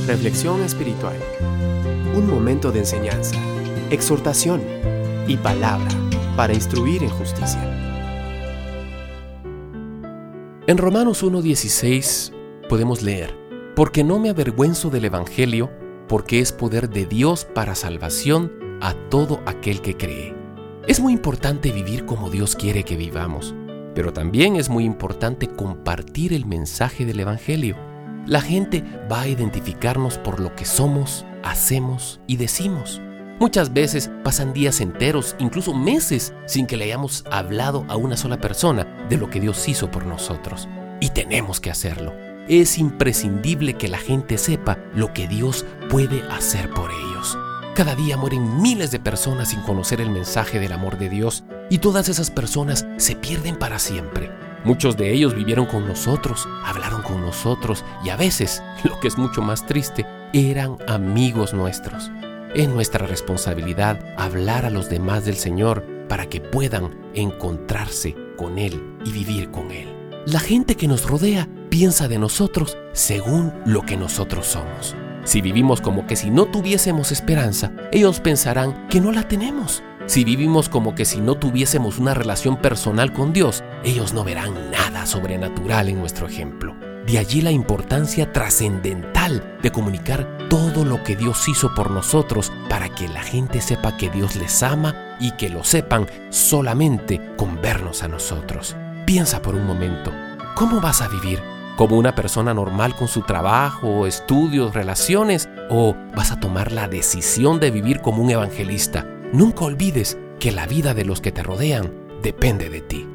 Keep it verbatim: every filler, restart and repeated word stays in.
Reflexión espiritual. Un momento de enseñanza, exhortación y palabra para instruir en justicia. En Romanos uno dieciséis podemos leer: porque no me avergüenzo del Evangelio, porque es poder de Dios para salvación a todo aquel que cree. Es muy importante vivir como Dios quiere que vivamos, pero también es muy importante compartir el mensaje del Evangelio. La gente va a identificarnos por lo que somos, hacemos y decimos. Muchas veces pasan días enteros, incluso meses, sin que le hayamos hablado a una sola persona de lo que Dios hizo por nosotros. Y tenemos que hacerlo. Es imprescindible que la gente sepa lo que Dios puede hacer por ellos. Cada día mueren miles de personas sin conocer el mensaje del amor de Dios, y todas esas personas se pierden para siempre. Muchos de ellos vivieron con nosotros, hablaron con nosotros y a veces, lo que es mucho más triste, eran amigos nuestros. Es nuestra responsabilidad hablar a los demás del Señor para que puedan encontrarse con Él y vivir con Él. La gente que nos rodea piensa de nosotros según lo que nosotros somos. Si vivimos como que si no tuviésemos esperanza, ellos pensarán que no la tenemos. Si vivimos como que si no tuviésemos una relación personal con Dios, ellos no verán nada sobrenatural en nuestro ejemplo. De allí la importancia trascendental de comunicar todo lo que Dios hizo por nosotros para que la gente sepa que Dios les ama y que lo sepan solamente con vernos a nosotros. Piensa por un momento, ¿cómo vas a vivir? ¿Como una persona normal con su trabajo, estudios, relaciones? ¿O vas a tomar la decisión de vivir como un evangelista? Nunca olvides que la vida de los que te rodean depende de ti.